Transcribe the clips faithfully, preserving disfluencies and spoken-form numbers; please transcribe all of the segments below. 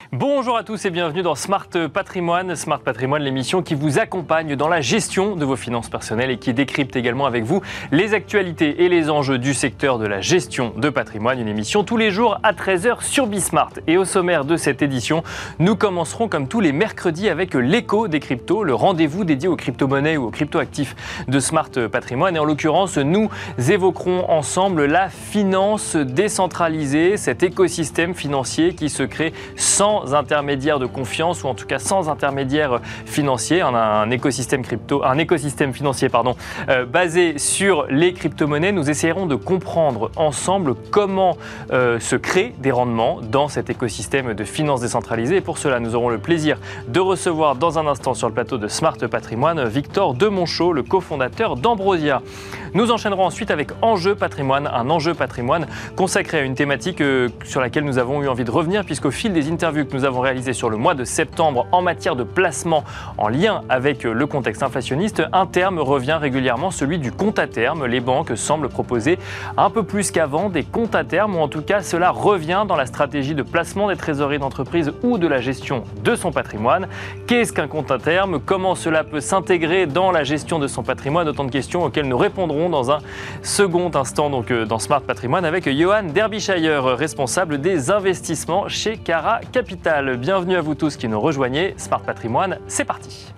Bonjour à tous et bienvenue dans Smart Patrimoine. Smart Patrimoine, l'émission qui vous accompagne dans la gestion de vos finances personnelles et qui décrypte également avec vous les actualités et les enjeux du secteur de la gestion de patrimoine. Une émission tous les jours à treize heures sur Bismart. Et au sommaire de cette édition, nous commencerons comme tous les mercredis avec l'écho des cryptos, le rendez-vous dédié aux crypto-monnaies ou aux crypto-actifs de Smart Patrimoine. Et en l'occurrence, nous évoquerons ensemble la finance décentralisée, cet écosystème financier qui se crée sans intermédiaire de confiance ou en tout cas sans intermédiaire financier. On a un écosystème crypto, un écosystème financier pardon, euh, basé sur les crypto-monnaies. Nous essayerons de comprendre ensemble comment euh, se créent des rendements dans cet écosystème de finance décentralisée. Et pour cela, nous aurons le plaisir de recevoir dans un instant sur le plateau de Smart Patrimoine Victor Demonchot, le cofondateur d'Ambrosia. Nous enchaînerons ensuite avec Enjeu Patrimoine, un enjeu patrimoine consacré à une thématique euh, sur laquelle nous avons eu envie de revenir puisqu'au fil des interviews que nous avons réalisées sur le mois de septembre en matière de placement en lien avec le contexte inflationniste, un terme revient régulièrement, celui du compte à terme. Les banques semblent proposer un peu plus qu'avant des comptes à terme, ou en tout cas cela revient dans la stratégie de placement des trésoreries d'entreprise ou de la gestion de son patrimoine. Qu'est-ce qu'un compte à terme ? Comment cela peut s'intégrer dans la gestion de son patrimoine ? Autant de questions auxquelles nous répondrons dans un second instant donc dans Smart Patrimoine avec Johan Derbyshire, responsable des investissements chez Cara Capital. Bienvenue à vous tous qui nous rejoignez. Smart Patrimoine, c'est parti.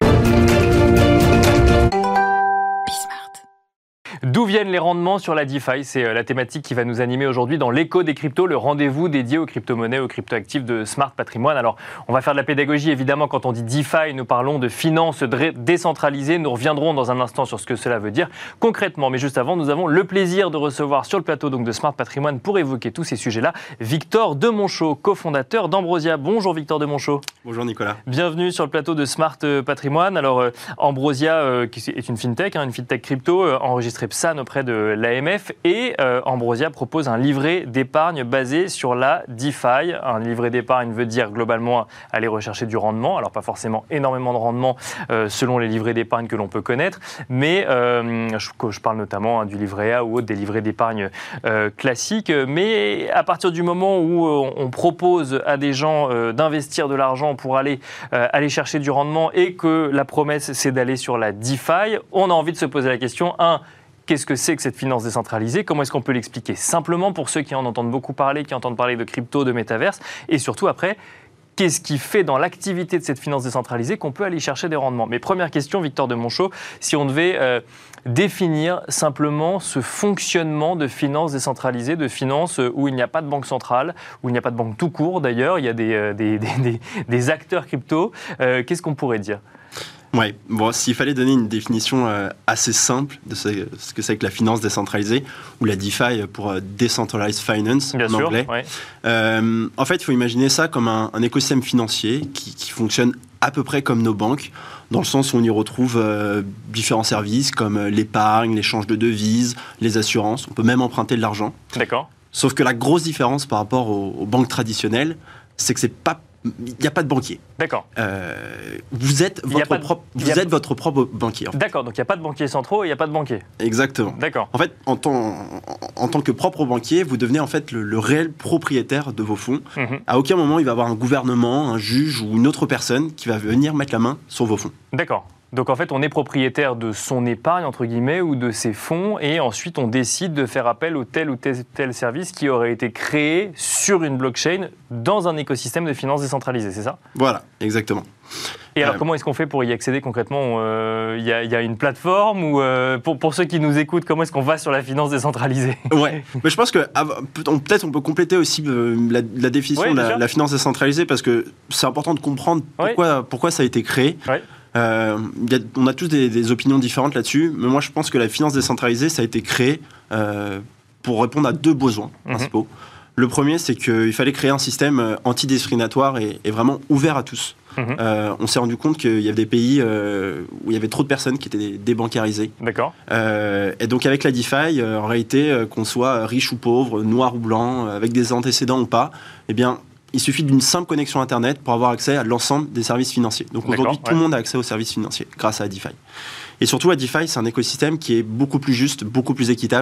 D'où viennent les rendements sur la DeFi ? C'est la thématique qui va nous animer aujourd'hui dans l'écho des cryptos, le rendez-vous dédié aux crypto-monnaies, aux crypto-actifs de Smart Patrimoine. Alors, on va faire de la pédagogie, évidemment, quand on dit DeFi, nous parlons de finances décentralisées. Nous reviendrons dans un instant sur ce que cela veut dire concrètement. Mais juste avant, nous avons le plaisir de recevoir sur le plateau donc, de Smart Patrimoine pour évoquer tous ces sujets-là, Victor Demonchot, cofondateur d'Ambrosia. Bonjour Victor Demonchot. Bonjour Nicolas. Bienvenue sur le plateau de Smart Patrimoine. Alors, euh, Ambrosia, euh, qui est une fintech, hein, une fintech crypto, euh, enregistrée P S A N auprès de l'A M F et euh, Ambrosia propose un livret d'épargne basé sur la DeFi. Un livret d'épargne veut dire globalement aller rechercher du rendement, alors pas forcément énormément de rendement euh, selon les livrets d'épargne que l'on peut connaître, mais euh, je, je parle notamment hein, du livret A ou autre, des livrets d'épargne euh, classiques, mais à partir du moment où euh, on propose à des gens euh, d'investir de l'argent pour aller, euh, aller chercher du rendement et que la promesse c'est d'aller sur la DeFi, on a envie de se poser la question, un, qu'est-ce que c'est que cette finance décentralisée ? Comment est-ce qu'on peut l'expliquer simplement pour ceux qui en entendent beaucoup parler, qui entendent parler de crypto, de métaverse ? Et surtout après, qu'est-ce qui fait dans l'activité de cette finance décentralisée qu'on peut aller chercher des rendements ? Mais première question, Victor Demonchot, si on devait euh, définir simplement ce fonctionnement de finance décentralisée, de finance où il n'y a pas de banque centrale, où il n'y a pas de banque tout court d'ailleurs, il y a des, euh, des, des, des, des acteurs crypto, euh, qu'est-ce qu'on pourrait dire ? Oui, bon, s'il fallait donner une définition euh, assez simple de ce, ce que c'est que la finance décentralisée, ou la DeFi pour euh, Decentralized Finance Bien en sûr, anglais, ouais. euh, en fait, il faut imaginer ça comme un, un écosystème financier qui, qui fonctionne à peu près comme nos banques, dans le sens où on y retrouve euh, différents services comme euh, l'épargne, l'échange de devises, les assurances, on peut même emprunter de l'argent. D'accord. Sauf que la grosse différence par rapport aux, aux banques traditionnelles, c'est que c'est pas il n'y a pas de banquier. D'accord. Euh, vous êtes, votre, de, propre, vous êtes votre propre banquier. En fait. D'accord, donc il n'y a pas de banquiers centraux et il n'y a pas de banquier. Exactement. D'accord. En fait, en tant, en, en tant que propre banquier, vous devenez en fait le, le réel propriétaire de vos fonds. Mmh. À aucun moment, il va y avoir un gouvernement, un juge ou une autre personne qui va venir mettre la main sur vos fonds. D'accord. Donc en fait, on est propriétaire de son épargne, entre guillemets, ou de ses fonds, et ensuite on décide de faire appel au tel ou tel, tel service qui aurait été créé sur une blockchain dans un écosystème de finances décentralisées, c'est ça ? Voilà, exactement. Et alors, euh, comment est-ce qu'on fait pour y accéder concrètement ? Il euh, y, y a une plateforme ou euh, pour, pour ceux qui nous écoutent, comment est-ce qu'on va sur la finance décentralisée ? Ouais, mais je pense que peut-être on peut compléter aussi euh, la, la définition oui, de la, la finance décentralisée parce que c'est important de comprendre pourquoi, oui. pourquoi ça a été créé. Oui. Euh, y a, on a tous des, des opinions différentes là-dessus, mais moi je pense que la finance décentralisée, ça a été créé euh, pour répondre à deux besoins mm-hmm. principaux. Le premier, c'est qu'il fallait créer un système antidiscriminatoire et, et vraiment ouvert à tous. Mm-hmm. Euh, on s'est rendu compte qu'il y avait des pays euh, où il y avait trop de personnes qui étaient débancarisées. D'accord. Euh, et donc avec la DeFi, euh, en réalité, euh, qu'on soit riche ou pauvre, noir ou blanc, avec des antécédents ou pas, eh bien, il suffit d'une simple connexion Internet pour avoir accès à l'ensemble des services financiers. Donc aujourd'hui, D'accord, tout ouais. le monde a accès aux services financiers grâce à la DeFi. Et surtout, la DeFi, c'est un écosystème qui est beaucoup plus juste, beaucoup plus équitable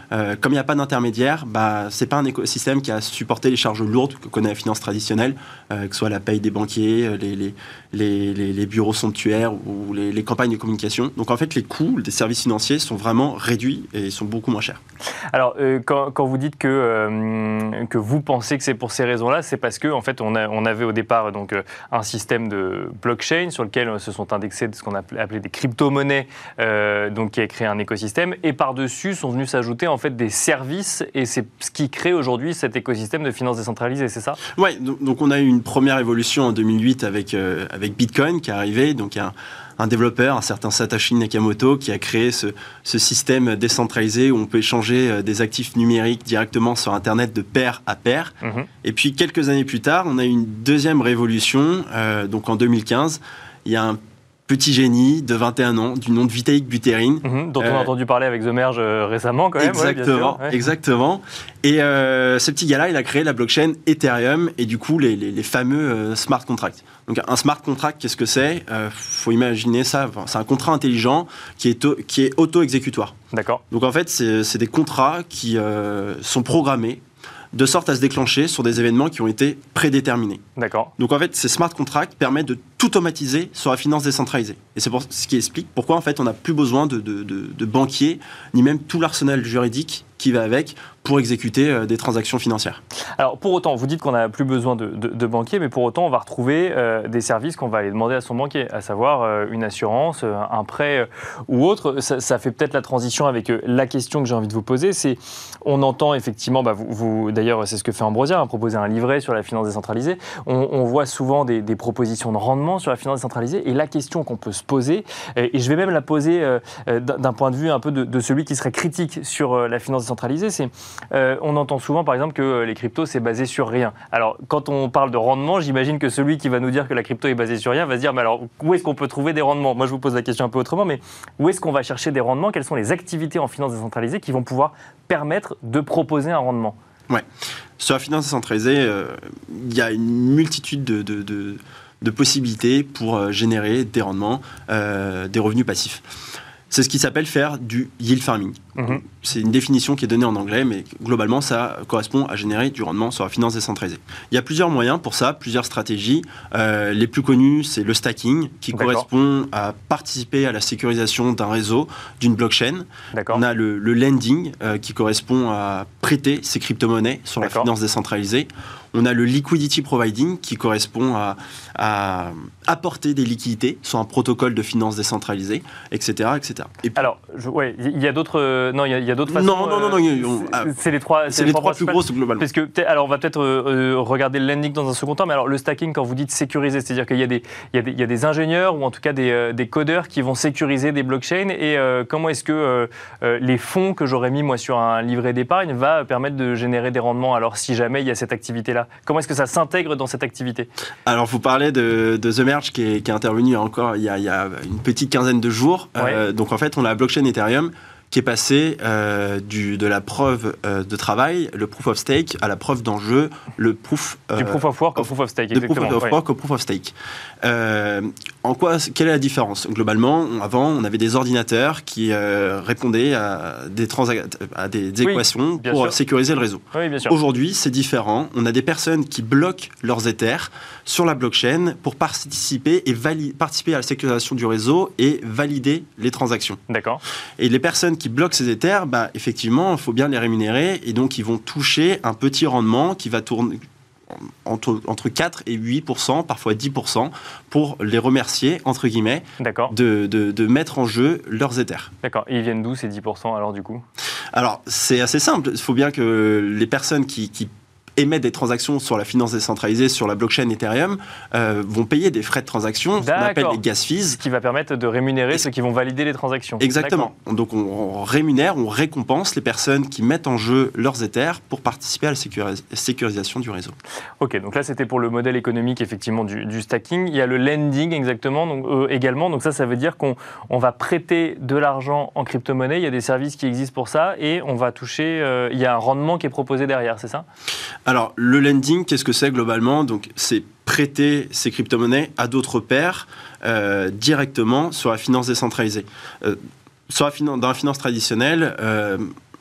Euh, comme il n'y a pas d'intermédiaire, bah, ce n'est pas un écosystème qui a supporté les charges lourdes que connaît la finance traditionnelle, euh, que ce soit la paye des banquiers, les, les, les, les, les bureaux somptuaires ou les, les campagnes de communication. Donc en fait, les coûts des services financiers sont vraiment réduits et sont beaucoup moins chers. Alors, euh, quand, quand vous dites que, euh, que vous pensez que c'est pour ces raisons-là, c'est parce qu'en en fait, on, a, on avait au départ donc, euh, un système de blockchain sur lequel se sont indexés ce qu'on a appelé des crypto-monnaies, euh, donc qui a créé un écosystème, et par-dessus sont venus s'ajouter en fait des services, et c'est ce qui crée aujourd'hui cet écosystème de finances décentralisées, c'est ça? Oui, donc, donc on a eu une première évolution en deux mille huit avec, euh, avec Bitcoin qui est arrivé, donc un, un développeur, un certain Satoshi Nakamoto, qui a créé ce, ce système décentralisé où on peut échanger des actifs numériques directement sur Internet de pair à pair. Mmh. Et puis quelques années plus tard, on a eu une deuxième révolution, euh, donc en deux mille quinze, il y a un petit génie de vingt et un ans, du nom de Vitalik Buterin. Mmh, dont on a euh, entendu parler avec The Merge euh, récemment, quand même. Exactement, ouais, bien sûr, ouais. exactement. Et euh, ce petit gars-là, il a créé la blockchain Ethereum et du coup, les, les, les fameux euh, smart contracts. Donc, un smart contract, qu'est-ce que c'est? Il euh, faut imaginer ça, enfin, c'est un contrat intelligent qui est, to- qui est auto-exécutoire. D'accord. Donc, en fait, c'est, c'est des contrats qui euh, sont programmés de sorte à se déclencher sur des événements qui ont été prédéterminés. D'accord. Donc en fait, ces smart contracts permettent de tout automatiser sur la finance décentralisée. Et c'est pour, ce qui explique pourquoi en fait on n'a plus besoin de, de, de, de banquiers, ni même tout l'arsenal juridique qui va avec pour exécuter euh, des transactions financières. Alors pour autant, vous dites qu'on n'a plus besoin de, de, de banquiers, mais pour autant on va retrouver euh, des services qu'on va aller demander à son banquier, à savoir euh, une assurance, euh, un prêt euh, ou autre. Ça, ça fait peut-être la transition avec euh, la question que j'ai envie de vous poser. C'est, on entend effectivement, bah, vous, vous, d'ailleurs c'est ce que fait Ambrosia, hein, proposer un livret sur la finance décentralisée. On, on voit souvent des, des propositions de rendement sur la finance décentralisée, et la question qu'on peut se poser, et, et je vais même la poser euh, d'un point de vue un peu de, de celui qui serait critique sur euh, la finance décentralisée, c'est Euh, on entend souvent, par exemple, que les cryptos, c'est basé sur rien. Alors, quand on parle de rendement, j'imagine que celui qui va nous dire que la crypto est basée sur rien va se dire, mais alors, où est-ce qu'on peut trouver des rendements? Moi, je vous pose la question un peu autrement, mais où est-ce qu'on va chercher des rendements? Quelles sont les activités en finance décentralisée qui vont pouvoir permettre de proposer un rendement? Ouais. Sur la finance décentralisée, il euh, y a une multitude de, de, de, de possibilités pour euh, générer des rendements, euh, des revenus passifs. C'est ce qui s'appelle faire du yield farming. Mmh. C'est une définition qui est donnée en anglais, mais globalement, ça correspond à générer du rendement sur la finance décentralisée. Il y a plusieurs moyens pour ça, plusieurs stratégies. Euh, les plus connues, c'est le stacking, qui D'accord. correspond à participer à la sécurisation d'un réseau, d'une blockchain. D'accord. On a le, le lending, euh, qui correspond à prêter ses crypto-monnaies sur D'accord. la finance décentralisée. On a le liquidity providing, qui correspond à, à apporter des liquidités sur un protocole de finance décentralisée, et cetera, et cetera. Et puis, alors, je, ouais, il y a d'autres, euh, non, il y a, il y a d'autres façons. Non, non, non, non. Euh, on, c'est, c'est les trois, c'est, c'est les, les trois, trois plus grosses globalement. Parce que, alors, on va peut-être euh, regarder le lending dans un second temps, mais alors le stacking, quand vous dites sécuriser, c'est-à-dire qu'il y a des, il y a des, il y a des ingénieurs ou en tout cas des, euh, des codeurs qui vont sécuriser des blockchains. Et euh, comment est-ce que euh, euh, les fonds que j'aurais mis moi sur un livret d'épargne va permettre de générer des rendements? Alors, si jamais il y a cette activité-là, comment est-ce que ça s'intègre dans cette activité? Alors, vous parlez de, de The Merge qui est, qui est intervenu encore il y, a, il y a une petite quinzaine de jours. Ouais. Euh, donc, en fait, on a la blockchain Ethereum qui est passé euh, du, de la preuve euh, de travail, le proof of stake, à la preuve d'enjeu, le proof... Euh, du proof of work au proof of stake, exactement. Du proof of ouais. work au proof of stake. Euh, en quoi, quelle est la différence? Globalement, avant, on avait des ordinateurs qui euh, répondaient à des, transa- à des, des oui, équations pour sûr. sécuriser le réseau. Oui, bien sûr. Aujourd'hui, c'est différent. On a des personnes qui bloquent leurs Ethers sur la blockchain pour participer, et vali- participer à la sécurisation du réseau et valider les transactions. D'accord. Et les personnes qui bloquent ces Ethers, bah, effectivement, il faut bien les rémunérer et donc ils vont toucher un petit rendement qui va tourner entre, entre quatre et huit pour cent, parfois dix pour cent, pour les remercier, entre guillemets, de, de, de mettre en jeu leurs Ethers. D'accord. Et ils viennent d'où ces dix pour cent alors du coup? Alors, c'est assez simple. Il faut bien que les personnes qui, qui émettent des transactions sur la finance décentralisée, sur la blockchain Ethereum, euh, vont payer des frais de transaction, ce qu'on appelle les gas fees. Ce qui va permettre de rémunérer et ceux qui vont valider les transactions. Exactement. D'accord. Donc on, on rémunère, on récompense les personnes qui mettent en jeu leurs Ethers pour participer à la sécuris- sécurisation du réseau. Ok, donc là c'était pour le modèle économique effectivement du, du stacking. Il y a le lending exactement, donc, euh, également. Donc ça, ça veut dire qu'on on va prêter de l'argent en crypto-monnaie. Il y a des services qui existent pour ça et on va toucher. Euh, il y a un rendement qui est proposé derrière, c'est ça? Alors, le lending, qu'est-ce que c'est globalement? Donc, c'est prêter ces crypto-monnaies à d'autres pairs euh, directement sur la finance décentralisée. Euh, sur la finan- dans la finance traditionnelle, euh,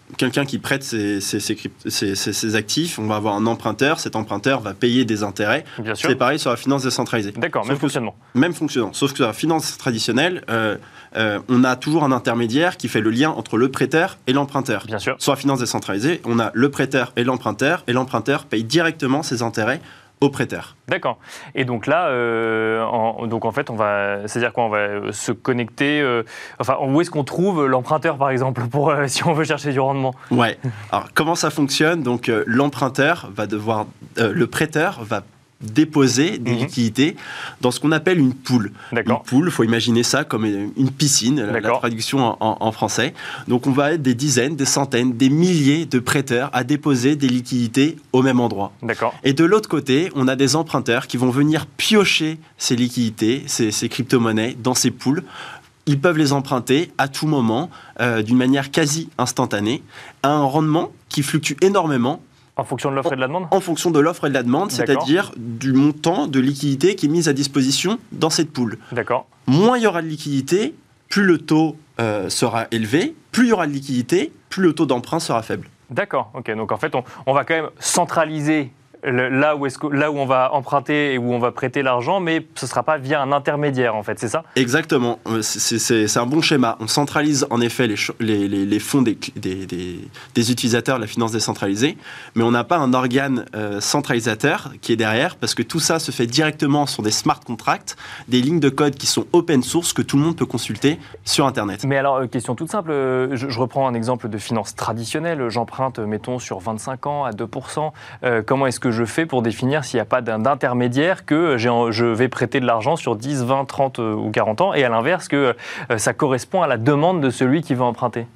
quelqu'un qui prête ses, ses, ses, ses, ses, ses actifs, on va avoir un emprunteur, cet emprunteur va payer des intérêts. Bien sûr. C'est pareil sur la finance décentralisée. D'accord, même fonctionnement. Même fonctionnement. Sauf que sur la finance traditionnelle, euh, euh, on a toujours un intermédiaire qui fait le lien entre le prêteur et l'emprunteur. Bien sûr. Sur la finance décentralisée, on a le prêteur et l'emprunteur, et l'emprunteur paye directement ses intérêts au prêteur. D'accord. Et donc là, euh, en, donc en fait, on va, c'est-à-dire quoi, on va se connecter. Euh, enfin, où est-ce qu'on trouve l'emprunteur, par exemple, pour euh, si on veut chercher du rendement? Ouais. Alors comment ça fonctionne? Donc euh, l'emprunteur va devoir, euh, le prêteur va déposer des mmh. liquidités dans ce qu'on appelle une pool. D'accord. Une pool, il faut imaginer ça comme une piscine, la, la traduction en, en, en français. Donc on va être des dizaines, des centaines, des milliers de prêteurs à déposer des liquidités au même endroit. D'accord. Et de l'autre côté, on a des emprunteurs qui vont venir piocher ces liquidités, ces, ces crypto-monnaies dans ces pools. Ils peuvent les emprunter à tout moment, euh, d'une manière quasi instantanée, à un rendement qui fluctue énormément. En fonction de l'offre et de la demande ? En fonction de l'offre et de la demande, c'est-à-dire du montant de liquidité qui est mis à disposition dans cette pool. D'accord. Moins il y aura de liquidité, plus le taux euh, sera élevé, plus il y aura de liquidité, plus le taux d'emprunt sera faible. D'accord, ok. Donc en fait, on, on va quand même centraliser le, là, où est-ce que, là où on va emprunter et où on va prêter l'argent, mais ce ne sera pas via un intermédiaire, en fait, c'est ça ? Exactement. C'est, c'est, c'est un bon schéma. On centralise en effet les, les, les, les fonds des, des, des, des utilisateurs de la finance décentralisée, mais on n'a pas un organe euh, centralisateur qui est derrière, parce que tout ça se fait directement sur des smart contracts, des lignes de code qui sont open source, que tout le monde peut consulter sur Internet. Mais alors, euh, question toute simple, euh, je, je reprends un exemple de finance traditionnelle. J'emprunte, mettons, sur vingt-cinq ans à deux pour cent. Euh, comment est-ce que je fais pour définir s'il n'y a pas d'intermédiaire que j'ai, je vais prêter de l'argent sur dix, vingt, trente ou quarante ans, et à l'inverse que euh, ça correspond à la demande de celui qui veut emprunter?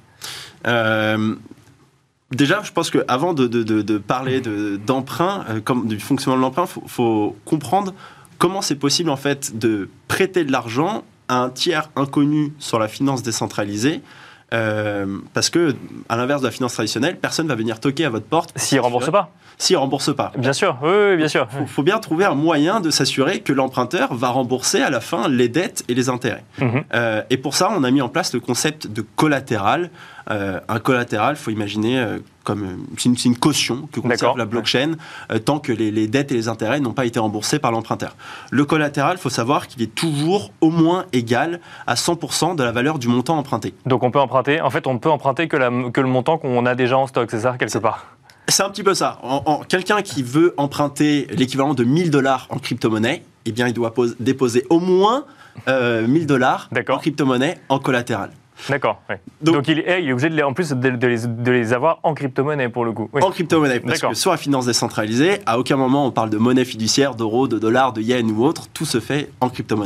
euh... Déjà, je pense qu'avant de, de, de, de parler de, d'emprunt, euh, comme du fonctionnement de l'emprunt, il faut, faut comprendre comment c'est possible en fait de prêter de l'argent à un tiers inconnu sur la finance décentralisée. Euh, parce que, à l'inverse de la finance traditionnelle, personne ne va venir toquer à votre porte. S'il ne rembourse pas. S'il ne rembourse pas. Bien sûr, oui, oui bien sûr. Il faut, faut bien trouver un moyen de s'assurer que l'emprunteur va rembourser à la fin les dettes et les intérêts. Mmh. Euh, et pour ça, on a mis en place le concept de collatéral. Euh, un collatéral, il faut imaginer euh, comme euh, c'est, une, c'est une caution que conserve D'accord. la blockchain euh, tant que les, les dettes et les intérêts n'ont pas été remboursés par l'emprunteur. Le collatéral, il faut savoir qu'il est toujours au moins égal à cent pour cent de la valeur du montant emprunté. Donc on peut emprunter, en fait on ne peut emprunter que, la, que le montant qu'on a déjà en stock, c'est ça, quelque c'est, part? C'est un petit peu ça. En, en, quelqu'un qui veut emprunter l'équivalent de mille dollars en crypto-monnaie, eh bien il doit pose, déposer au moins euh, mille dollars en crypto-monnaie en collatéral. D'accord. Ouais. Donc, Donc il, est, il est obligé de les, en plus de, de, les, de les avoir en crypto-monnaie pour le coup. Oui. En crypto-monnaie, parce D'accord. que sur la finance décentralisée, à aucun moment on parle de monnaie fiduciaire, d'euros, de dollars, de yens ou autre. Tout se fait en crypto-monnaie.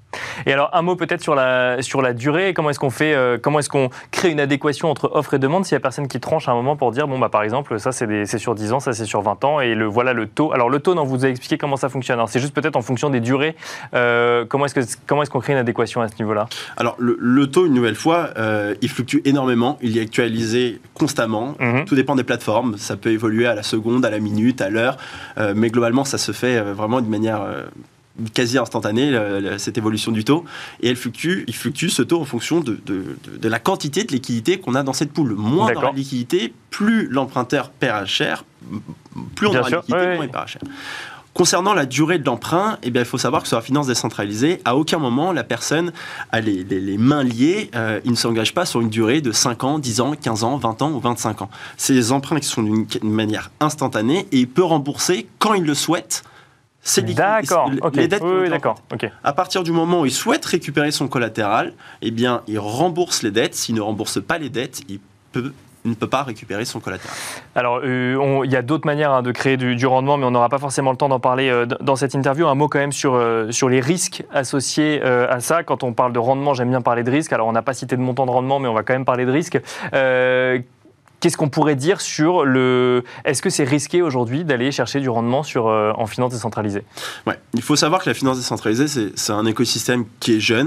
Et alors, un mot peut-être sur la, sur la durée. Comment est-ce qu'on fait, euh, comment est-ce qu'on crée une adéquation entre offre et demande s'il n'y a personne qui tranche à un moment pour dire, bon, bah, par exemple, ça, c'est, des, c'est sur dix ans, ça, c'est sur vingt ans, et le, voilà le taux. Alors, le taux, non, vous avez expliqué comment ça fonctionne. Alors, c'est juste peut-être en fonction des durées. Euh, comment, est-ce que, comment est-ce qu'on crée une adéquation à ce niveau-là? Alors, le, le taux, une nouvelle fois, euh, il fluctue énormément. Il est actualisé constamment. Mm-hmm. Tout dépend des plateformes. Ça peut évoluer à la seconde, à la minute, à l'heure. Euh, mais globalement, ça se fait euh, vraiment d'une manière... Euh, quasi instantanée, cette évolution du taux, et elle fluctue, il fluctue ce taux en fonction de, de, de, de la quantité de liquidité qu'on a dans cette pool. Moins D'accord. on aura de liquidité, plus l'emprunteur paiera cher, plus on Bien aura de liquidité, oui, moins oui. il paiera cher. Concernant la durée de l'emprunt, eh bien, il faut savoir que sur la finance décentralisée, à aucun moment, la personne a les, les, les mains liées. Euh, il ne s'engage pas sur une durée de cinq ans, dix ans, quinze ans, vingt ans ou vingt-cinq ans. C'est des emprunts qui sont d'une manière instantanée et il peut rembourser quand il le souhaite. C'est d'accord, les, okay. les dettes. Oui, oui, d'accord. Okay. À partir du moment où il souhaite récupérer son collatéral, eh bien, il rembourse les dettes. S'il ne rembourse pas les dettes, il, peut, il ne peut pas récupérer son collatéral. Alors, euh, on, il y a d'autres manières hein, de créer du, du rendement, mais on n'aura pas forcément le temps d'en parler euh, dans cette interview. Un mot quand même sur, euh, sur les risques associés euh, à ça. Quand on parle de rendement, j'aime bien parler de risques. Alors, on n'a pas cité de montant de rendement, mais on va quand même parler de risques. Euh, Qu'est-ce qu'on pourrait dire sur le... Est-ce que c'est risqué aujourd'hui d'aller chercher du rendement sur, euh, en finance décentralisée? Ouais, il faut savoir que la finance décentralisée, c'est, c'est un écosystème qui est jeune.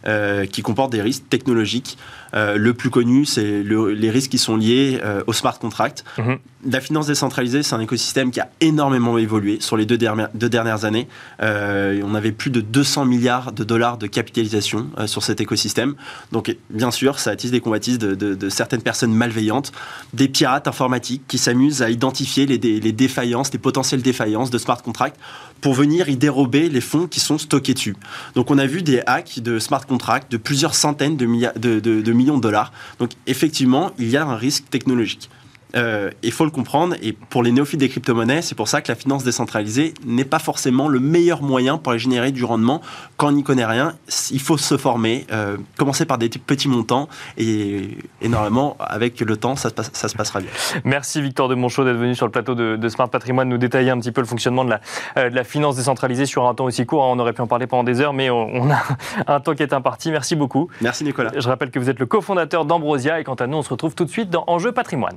euh, qui comportent des risques technologiques. Euh, le plus connu, c'est le, les risques qui sont liés euh, au smart contract. Mmh. La finance décentralisée, c'est un écosystème qui a énormément évolué sur les deux dernières, deux dernières années. Euh, on avait plus de deux cents milliards de dollars de capitalisation euh, sur cet écosystème. Donc, bien sûr, ça attise des convoitises de, de, de certaines personnes malveillantes, des pirates informatiques qui s'amusent à identifier les, les défaillances, les potentielles défaillances de smart contract pour venir y dérober les fonds qui sont stockés dessus. Donc, on a vu des hacks de smart contract de plusieurs centaines de, milliards, de, de, de millions de dollars. Donc, effectivement, il y a un risque technologique. Euh, il faut le comprendre, et pour les néophytes des crypto-monnaies, c'est pour ça que la finance décentralisée n'est pas forcément le meilleur moyen pour aller générer du rendement quand on n'y connaît rien. Il faut se former, euh, commencer par des petits montants, et, et normalement, avec le temps, ça se, passe, ça se passera bien. Merci Victor de Monchaux d'être venu sur le plateau de, de Smart Patrimoine nous détailler un petit peu le fonctionnement de la, euh, de la finance décentralisée sur un temps aussi court. On aurait pu en parler pendant des heures, mais on, on a un temps qui est imparti. Merci beaucoup. Merci Nicolas. Je rappelle que vous êtes le cofondateur d'Ambrosia, et quant à nous, on se retrouve tout de suite dans Enjeu Patrimoine.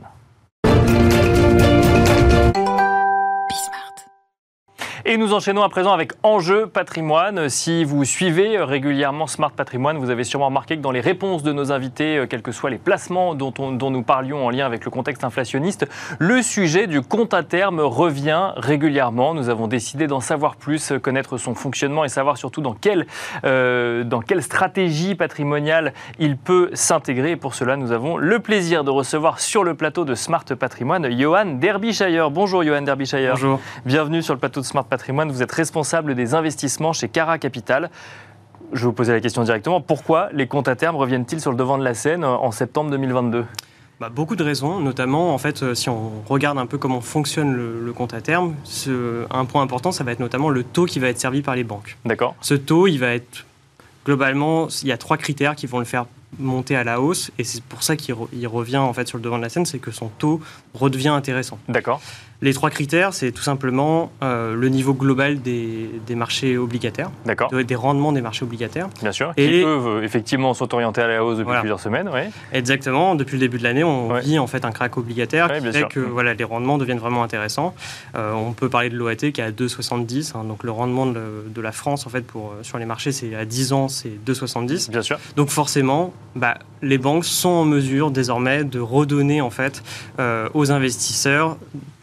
Et nous enchaînons à présent avec Enjeu Patrimoine. Si vous suivez régulièrement Smart Patrimoine, vous avez sûrement remarqué que dans les réponses de nos invités, quels que soient les placements dont, on, dont nous parlions en lien avec le contexte inflationniste, le sujet du compte à terme revient régulièrement. Nous avons décidé d'en savoir plus, connaître son fonctionnement et savoir surtout dans quelle, euh, dans quelle stratégie patrimoniale il peut s'intégrer. Et pour cela, nous avons le plaisir de recevoir sur le plateau de Smart Patrimoine Johan Derbyshire. Bonjour Johan Derbyshire. Bonjour. Bienvenue sur le plateau de Smart Patrimoine. Patrimoine, vous êtes responsable des investissements chez Cara Capital. Je vais vous poser la question directement. Pourquoi les comptes à terme reviennent-ils sur le devant de la scène en septembre deux mille vingt-deux ? Bah, beaucoup de raisons, notamment en fait, si on regarde un peu comment fonctionne le, le compte à terme, ce, un point important, ça va être notamment le taux qui va être servi par les banques. D'accord. Ce taux, il va être globalement, il y a trois critères qui vont le faire monter à la hausse, et c'est pour ça qu'il re, il revient en fait sur le devant de la scène, c'est que son taux redevient intéressant. D'accord. Les trois critères, c'est tout simplement euh, le niveau global des, des marchés obligataires, de, des rendements des marchés obligataires. Bien sûr, et qui peuvent effectivement s'orienter à la hausse depuis voilà. plusieurs semaines. Oui. Exactement, depuis le début de l'année, on ouais. vit en fait un crack obligataire ouais, qui fait sûr. que voilà, les rendements deviennent vraiment intéressants. Euh, on peut parler de l'O A T qui est à deux virgule soixante-dix, hein, donc le rendement de, de la France en fait, pour, sur les marchés, c'est à dix ans, c'est deux virgule soixante-dix. Bien sûr. Donc forcément, bah, les banques sont en mesure désormais de redonner en fait, euh, aux investisseurs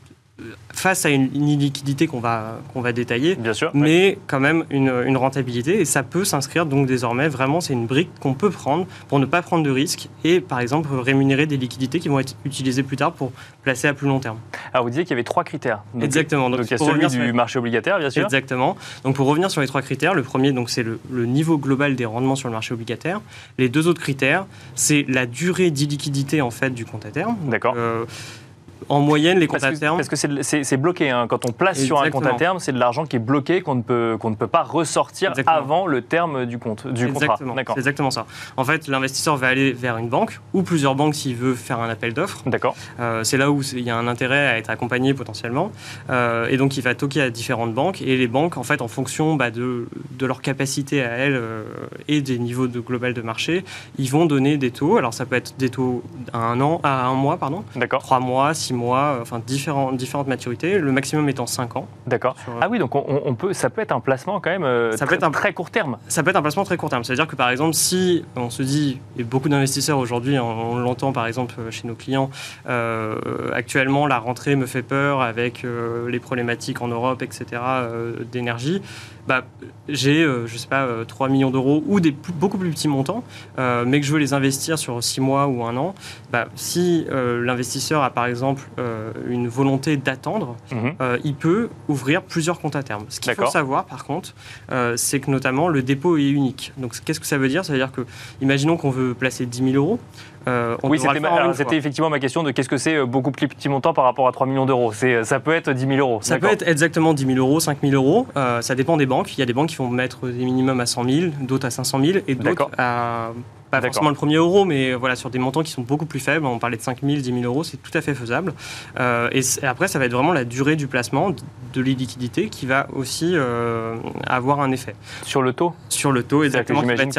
face à une, une illiquidité qu'on va, qu'on va détailler, bien sûr, mais ouais. quand même une, une rentabilité, et ça peut s'inscrire donc désormais, vraiment c'est une brique qu'on peut prendre pour ne pas prendre de risques et par exemple rémunérer des liquidités qui vont être utilisées plus tard pour placer à plus long terme. Alors vous disiez qu'il y avait trois critères. Donc, Exactement. Donc, donc il y a celui du sur... marché obligataire, bien sûr. Exactement. Donc pour revenir sur les trois critères, le premier donc, c'est le, le niveau global des rendements sur le marché obligataire. Les deux autres critères, c'est la durée d'illiquidité en fait du compte à terme. D'accord. Euh, En moyenne, les comptes à terme... Parce que c'est, c'est, c'est bloqué. Hein. Quand on place Exactement. sur un compte à terme, c'est de l'argent qui est bloqué, qu'on ne peut, qu'on ne peut pas ressortir Exactement. avant le terme du, compte, du contrat. D'accord. C'est exactement ça. En fait, l'investisseur va aller vers une banque, ou plusieurs banques s'il veut faire un appel d'offres. D'accord. Euh, c'est là où il y a un intérêt à être accompagné potentiellement. Euh, et donc, il va toquer à différentes banques. Et les banques, en fait, en fonction bah, de, de leur capacité à elles euh, et des niveaux de global de marché, ils vont donner des taux. Alors, ça peut être des taux à un an, à un mois, pardon. D'accord. Trois mois, six mois, enfin différents, différentes maturités, le maximum étant cinq ans. D'accord. Sur... Ah oui, donc on, on peut, ça peut être un placement quand même euh, ça très, peut être un, très court terme. Ça peut être un placement très court terme. C'est-à-dire que par exemple, si on se dit, et beaucoup d'investisseurs aujourd'hui, on, on l'entend par exemple chez nos clients, euh, actuellement la rentrée me fait peur avec euh, les problématiques en Europe, et cetera, euh, d'énergie. Bah, j'ai, euh, je sais pas, euh, trois millions d'euros ou des plus, beaucoup plus petits montants, euh, mais que je veux les investir sur six mois ou un an, bah, si euh, l'investisseur a par exemple euh, une volonté d'attendre, mmh. euh, il peut ouvrir plusieurs comptes à terme. Ce qu'il D'accord. faut savoir par contre, euh, c'est que notamment le dépôt est unique. Donc qu'est-ce que ça veut dire ? Ça veut dire que, imaginons qu'on veut placer dix mille euros, Euh, on oui, c'était, ma, alors, c'était effectivement ma question de qu'est-ce que c'est beaucoup plus petit montant par rapport à trois millions d'euros. C'est, ça peut être dix mille euros. Ça D'accord. peut être exactement dix mille euros, cinq mille euros. Euh, ça dépend des banques. Il y a des banques qui vont mettre des minimums à cent mille, d'autres à cinq cent mille et d'autres D'accord. à... Pas D'accord. forcément le premier euro, mais voilà, sur des montants qui sont beaucoup plus faibles. On parlait de cinq mille, dix mille euros, c'est tout à fait faisable. Euh, et, et après, ça va être vraiment la durée du placement, de, de l'illiquidité, qui va aussi euh, avoir un effet. Sur le taux ? Sur le taux, exactement, qui va être servi.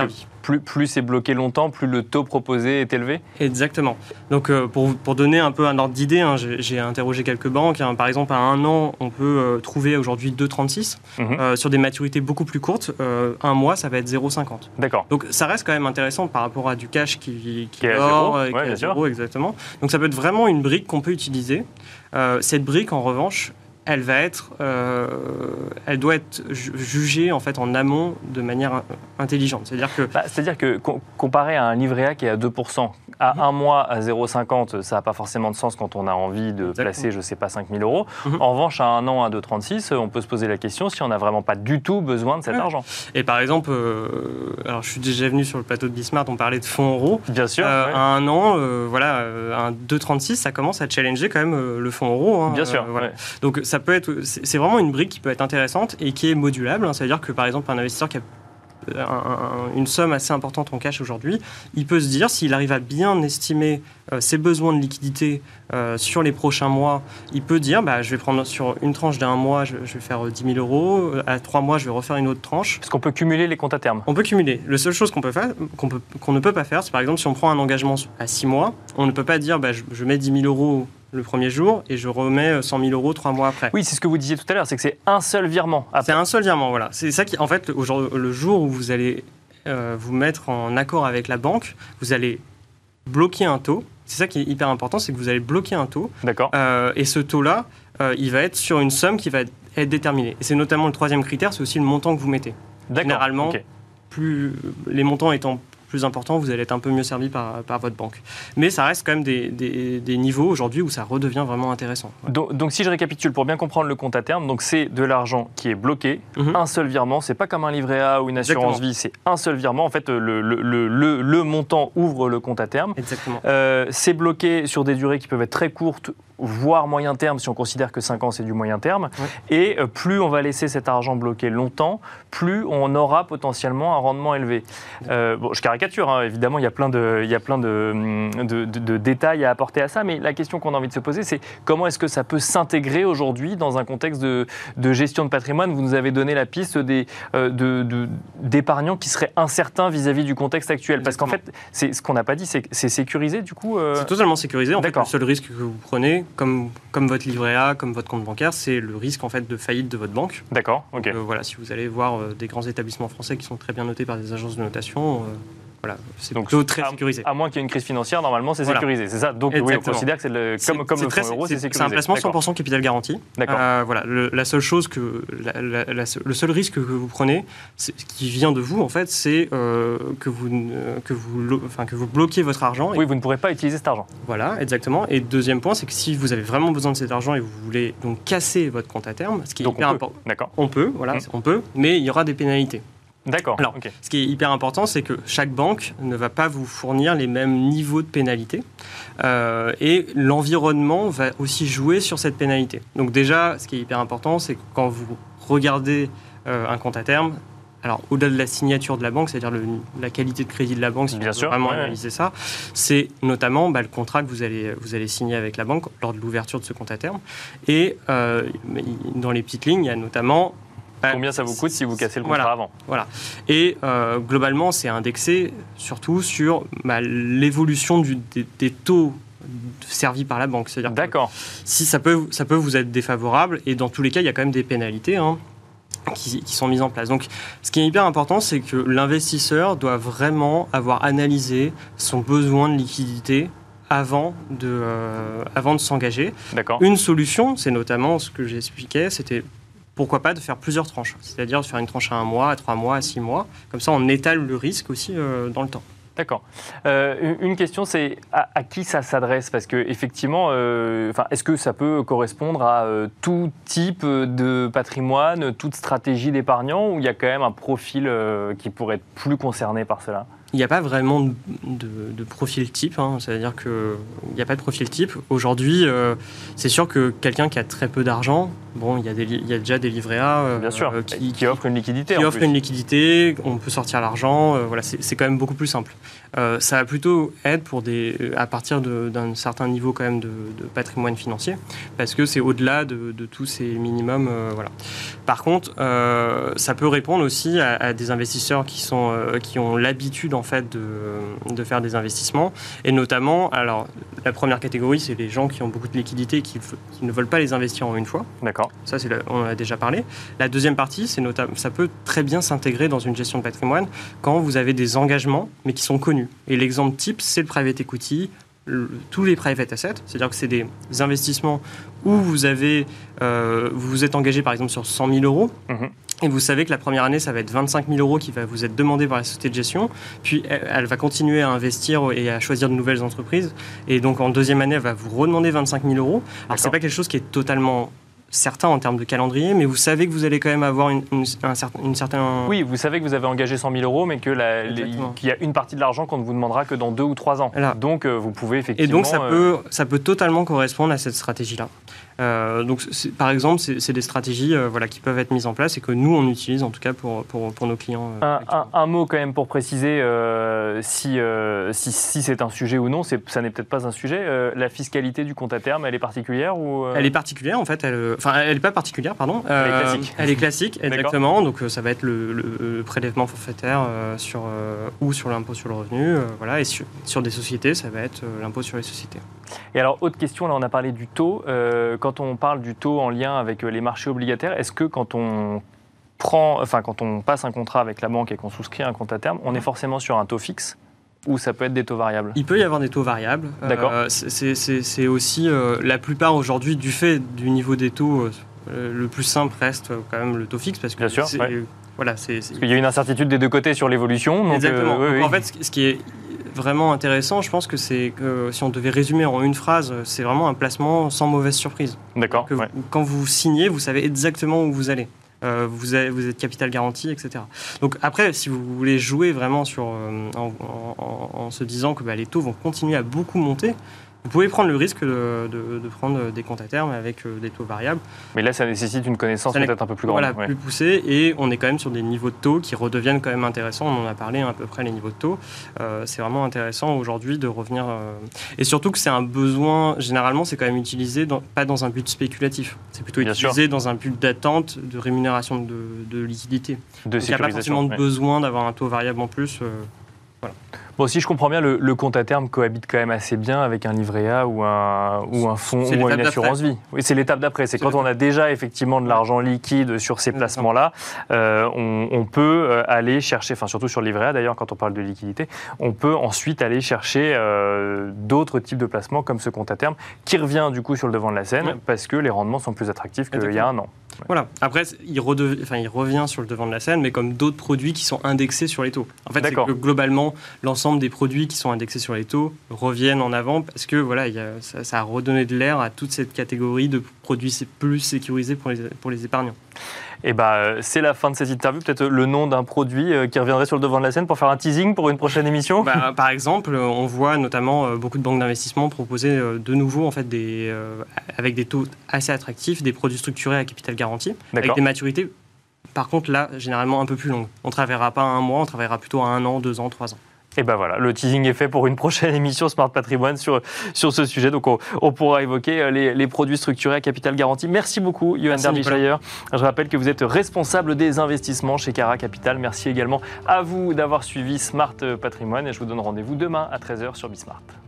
plus, plus c'est bloqué longtemps, plus le taux proposé est élevé? Exactement. Donc euh, pour, pour donner un peu un ordre d'idée, hein, j'ai interrogé quelques banques. Hein. Par exemple, à un an, on peut euh, trouver aujourd'hui deux virgule trente-six. Mmh. Euh, sur des maturités beaucoup plus courtes, euh, un mois, ça va être zéro virgule cinquante. D'accord. Donc ça reste quand même intéressant par rapport à du cash qui, qui, qui est dort, à zéro, ouais, qui est à zéro exactement. Donc ça peut être vraiment une brique qu'on peut utiliser. Euh, cette brique, en revanche, elle va être, euh, elle doit être jugée en fait en amont de manière intelligente. C'est-à-dire que, bah, c'est-à-dire que comparé à un livret A qui est à deux pour cent, à mmh. un mois à zéro virgule cinquante, ça n'a pas forcément de sens quand on a envie de Exactement. placer, je ne sais pas, cinq mille euros. Mmh. En revanche, à un an à deux virgule trente-six, on peut se poser la question si on n'a vraiment pas du tout besoin de cet ouais. argent. Et par exemple, euh, alors je suis déjà venu sur le plateau de Bismart, on parlait de fonds euros. Bien sûr. Euh, ouais. À un an, euh, voilà, euh, un deux virgule trente-six, ça commence à challenger quand même euh, le fonds euro. Hein, Bien sûr. Euh, voilà. Ouais. Donc ça peut être, c'est vraiment une brique qui peut être intéressante et qui est modulable. Hein. Ça veut dire que par exemple un investisseur qui a un, un, une somme assez importante en cash aujourd'hui, il peut se dire s'il arrive à bien estimer euh, ses besoins de liquidité euh, sur les prochains mois, il peut dire bah, je vais prendre sur une tranche d'un mois, je, je vais faire dix mille euros, à trois mois je vais refaire une autre tranche. Parce qu'on peut cumuler les comptes à terme. On peut cumuler. La seule chose qu'on peut faire, qu'on peut, qu'on ne peut pas faire, c'est par exemple si on prend un engagement à six mois, on ne peut pas dire bah, je, je mets dix mille euros le premier jour et je remets cent mille euros trois mois après. Oui, c'est ce que vous disiez tout à l'heure, c'est que c'est un seul virement. Après. C'est un seul virement, voilà. C'est ça qui, en fait, le jour, le jour où vous allez euh, vous mettre en accord avec la banque, vous allez bloquer un taux. C'est ça qui est hyper important, c'est que vous allez bloquer un taux. D'accord. Euh, et ce taux-là, euh, il va être sur une somme qui va être, être déterminée. Et c'est notamment le troisième critère, c'est aussi le montant que vous mettez. D'accord. Généralement, okay. plus les montants étant plus important, vous allez être un peu mieux servi par, par votre banque. Mais ça reste quand même des, des, des niveaux aujourd'hui où ça redevient vraiment intéressant. Ouais. Donc, donc si je récapitule, pour bien comprendre le compte à terme, donc c'est de l'argent qui est bloqué, mm-hmm. un seul virement, c'est pas comme un livret A ou une assurance Exactement. vie, c'est un seul virement. En fait, le, le, le, le, le montant ouvre le compte à terme. Exactement. Euh, c'est bloqué sur des durées qui peuvent être très courtes, voire moyen terme, si on considère que cinq ans, c'est du moyen terme. Ouais. Et euh, plus on va laisser cet argent bloqué longtemps, plus on aura potentiellement un rendement élevé. Euh, bon, je caricature, hein, évidemment, il y a plein, de, il y a plein de, de, de, de détails à apporter à ça, mais la question qu'on a envie de se poser, c'est comment est-ce que ça peut s'intégrer aujourd'hui dans un contexte de, de gestion de patrimoine? Vous nous avez donné la piste des, euh, de, de, d'épargnants qui seraient incertains vis-à-vis du contexte actuel. Parce qu'en fait, c'est, ce qu'on n'a pas dit, c'est, c'est sécurisé, du coup euh... C'est totalement sécurisé. En fait, le seul risque que vous prenez, Comme, comme votre livret A, comme votre compte bancaire, c'est le risque en fait de faillite de votre banque. D'accord, ok. Donc, euh, voilà, si vous allez voir euh, des grands établissements français qui sont très bien notés par des agences de notation, euh, voilà, c'est donc plutôt très à, sécurisé. À moins qu'il y ait une crise financière, normalement c'est voilà. sécurisé, c'est ça. Donc oui, on considère que c'est le, comme, comme le fonds euro, c'est sécurisé. C'est un placement cent pour cent capital garanti. D'accord. Euh, voilà, le, la seule chose que, la, la, la, le seul risque que vous prenez, qui vient de vous en fait, c'est euh, que vous, euh, que vous, enfin que vous bloquiez votre argent. Oui, vous ne pourrez pas utiliser cet argent. Voilà, exactement. Et deuxième point, c'est que si vous avez vraiment besoin de cet argent et vous voulez donc casser votre compte à terme, ce qui est donc hyper important. D'accord. On peut, voilà, mmh. on peut, mais il y aura des pénalités. D'accord. Alors, okay. ce qui est hyper important, c'est que chaque banque ne va pas vous fournir les mêmes niveaux de pénalité. Euh, et l'environnement va aussi jouer sur cette pénalité. Donc déjà, ce qui est hyper important, c'est que quand vous regardez euh, un compte à terme, alors au-delà de la signature de la banque, c'est-à-dire le, la qualité de crédit de la banque, si Bien on sûr, veut vraiment ouais, analyser ouais. ça, c'est notamment bah, le contrat que vous allez, vous allez signer avec la banque lors de l'ouverture de ce compte à terme. Et euh, dans les petites lignes, il y a notamment... Combien ça vous coûte si vous cassez le contrat voilà, avant? Voilà. Et euh, globalement, c'est indexé surtout sur bah, l'évolution du, des, des taux servis par la banque. C'est-à-dire D'accord. Si ça peut, ça peut vous être défavorable, et dans tous les cas, il y a quand même des pénalités hein, qui, qui sont mises en place. Donc, ce qui est hyper important, c'est que l'investisseur doit vraiment avoir analysé son besoin de liquidité avant de, euh, avant de s'engager. D'accord. Une solution, c'est notamment ce que j'expliquais, c'était pourquoi pas de faire plusieurs tranches, c'est-à-dire de faire une tranche à un mois, à trois mois, à six mois. Comme ça, on étale le risque aussi euh, dans le temps. D'accord. Euh, une question, c'est à, à qui ça s'adresse? Parce que effectivement, euh, est-ce que ça peut correspondre à euh, tout type de patrimoine, toute stratégie d'épargnant, ou il y a quand même un profil euh, qui pourrait être plus concerné par cela? Il n'y a pas vraiment de, de, de profil type, hein. C'est-à-dire qu'il n'y a pas de profil type. Aujourd'hui, euh, c'est sûr que quelqu'un qui a très peu d'argent, bon, il y a, des, il y a déjà des livrets A euh, Bien sûr, euh, qui, qui offrent une liquidité. Qui en offrent plus. une liquidité, on peut sortir l'argent, euh, voilà, c'est quand même beaucoup plus simple. Euh, ça va plutôt être pour des, à partir d'un certain niveau quand même de, de patrimoine financier, parce que c'est au-delà de, de tous ces minimums. Euh, voilà. Par contre, euh, ça peut répondre aussi à, à des investisseurs qui, sont, euh, qui ont l'habitude en fait de, de faire des investissements, et notamment, alors la première catégorie, c'est les gens qui ont beaucoup de liquidités et qui, qui ne veulent pas les investir en une fois. D'accord. Ça, c'est on en a déjà parlé. La deuxième partie, c'est notamment, ça peut très bien s'intégrer dans une gestion de patrimoine quand vous avez des engagements, mais qui sont connus. Et l'exemple type, c'est le private equity, le, tous les private assets, c'est-à-dire que c'est des investissements où vous avez, euh, vous vous êtes engagé par exemple sur cent mille euros, mmh. et vous savez que la première année, ça va être vingt-cinq mille euros qui va vous être demandé par la société de gestion, puis elle, elle va continuer à investir et à choisir de nouvelles entreprises, et donc en deuxième année, elle va vous redemander vingt-cinq mille euros. Alors c'est pas quelque chose qui est totalement certain en termes de calendrier, mais vous savez que vous allez quand même avoir une, une, un certain, une certaine... Oui, vous savez que vous avez engagé cent mille euros, mais qu'il y a une partie de l'argent qu'on ne vous demandera que dans deux ou trois ans. Voilà. Donc, euh, vous pouvez effectivement... Et donc, ça, euh... peut, ça peut totalement correspondre à cette stratégie-là. Euh, donc, par exemple, c'est des stratégies euh, voilà, qui peuvent être mises en place et que nous, on utilise en tout cas pour, pour, pour nos clients. Euh, un, un, un mot quand même pour préciser euh, si, euh, si, si c'est un sujet ou non, ça n'est peut-être pas un sujet. Euh, la fiscalité du compte à terme, elle est particulière ou euh... Elle est particulière, en fait. Elle, enfin, elle n'est pas particulière, pardon. Elle est classique. Elle est classique, exactement. Donc, ça va être le, le, le prélèvement forfaitaire euh, sur, euh, ou sur l'impôt sur le revenu. Euh, voilà. Et sur, sur des sociétés, ça va être euh, l'impôt sur les sociétés. Et alors, autre question, là, on a parlé du taux. Euh, quand on parle du taux en lien avec les marchés obligataires, est-ce que quand on prend, enfin, quand on passe un contrat avec la banque et qu'on souscrit un compte à terme, on est forcément sur un taux fixe ou ça peut être des taux variables? Il peut y avoir des taux variables. D'accord. Euh, c'est aussi, euh, la plupart aujourd'hui, du fait du niveau des taux, euh, le plus simple reste quand même le taux fixe. Parce que Bien sûr, ouais. Voilà, c'est, parce qu'il y a une incertitude des deux côtés sur l'évolution. Exactement. Euh, oui, donc, oui. En fait, ce qui est vraiment intéressant, je pense que c'est que si on devait résumer en une phrase, c'est vraiment un placement sans mauvaise surprise. D'accord. Ouais. Quand vous signez, vous savez exactement où vous allez. Euh, vous, avez, vous êtes capital garanti, et cetera. Donc après, si vous voulez jouer vraiment sur, euh, en, en, en se disant que bah, les taux vont continuer à beaucoup monter, vous pouvez prendre le risque de, de, de prendre des comptes à terme avec des taux variables. Mais là, ça nécessite une connaissance peut-être un peu plus grande. Voilà, ouais. plus poussée. Et on est quand même sur des niveaux de taux qui redeviennent quand même intéressants. On en a parlé à peu près, les niveaux de taux. Euh, c'est vraiment intéressant aujourd'hui de revenir... Euh... Et surtout que c'est un besoin... Généralement, c'est quand même utilisé, dans, pas dans un but spéculatif. C'est plutôt Bien utilisé sûr. dans un but d'attente, de rémunération de, de liquidité. De Donc, il n'y a pas forcément de ouais. besoin d'avoir un taux variable en plus. Euh... Voilà. Bon, si je comprends bien, le, le compte à terme cohabite quand même assez bien avec un livret A ou un, ou un fonds ou une assurance vie. Oui, c'est l'étape d'après. C'est quand on a déjà effectivement de l'argent liquide sur ces placements-là, euh, on, on peut aller chercher, enfin surtout sur le livret A d'ailleurs, quand on parle de liquidité, on peut ensuite aller chercher euh, d'autres types de placements comme ce compte à terme qui revient du coup sur le devant de la scène ouais. parce que les rendements sont plus attractifs qu'il y a un an. Ouais. Voilà. Après, il, redev... enfin, il revient sur le devant de la scène, mais comme d'autres produits qui sont indexés sur les taux. En fait, c'est que globalement, l'ensemble des produits qui sont indexés sur les taux reviennent en avant parce que voilà, il y a, ça, ça a redonné de l'air à toute cette catégorie de produits plus sécurisés pour les, pour les épargnants. Et bah, c'est la fin de cette interview. Peut-être le nom d'un produit qui reviendrait sur le devant de la scène pour faire un teasing pour une prochaine émission. Bah, par exemple, on voit notamment beaucoup de banques d'investissement proposer de nouveau, en fait, des, euh, avec des taux assez attractifs, des produits structurés à capital garanti, avec des maturités, par contre, là, généralement un peu plus longues. On ne travaillera pas à un mois, on travaillera plutôt à un an, deux ans, trois ans. Et ben voilà, le teasing est fait pour une prochaine émission Smart Patrimoine sur, sur ce sujet. Donc on, on pourra évoquer les, les produits structurés à capital garanti. Merci beaucoup, Johan Derbyshire. Je rappelle que vous êtes responsable des investissements chez Cara Capital. Merci également à vous d'avoir suivi Smart Patrimoine et je vous donne rendez-vous demain à treize heures sur Bismart.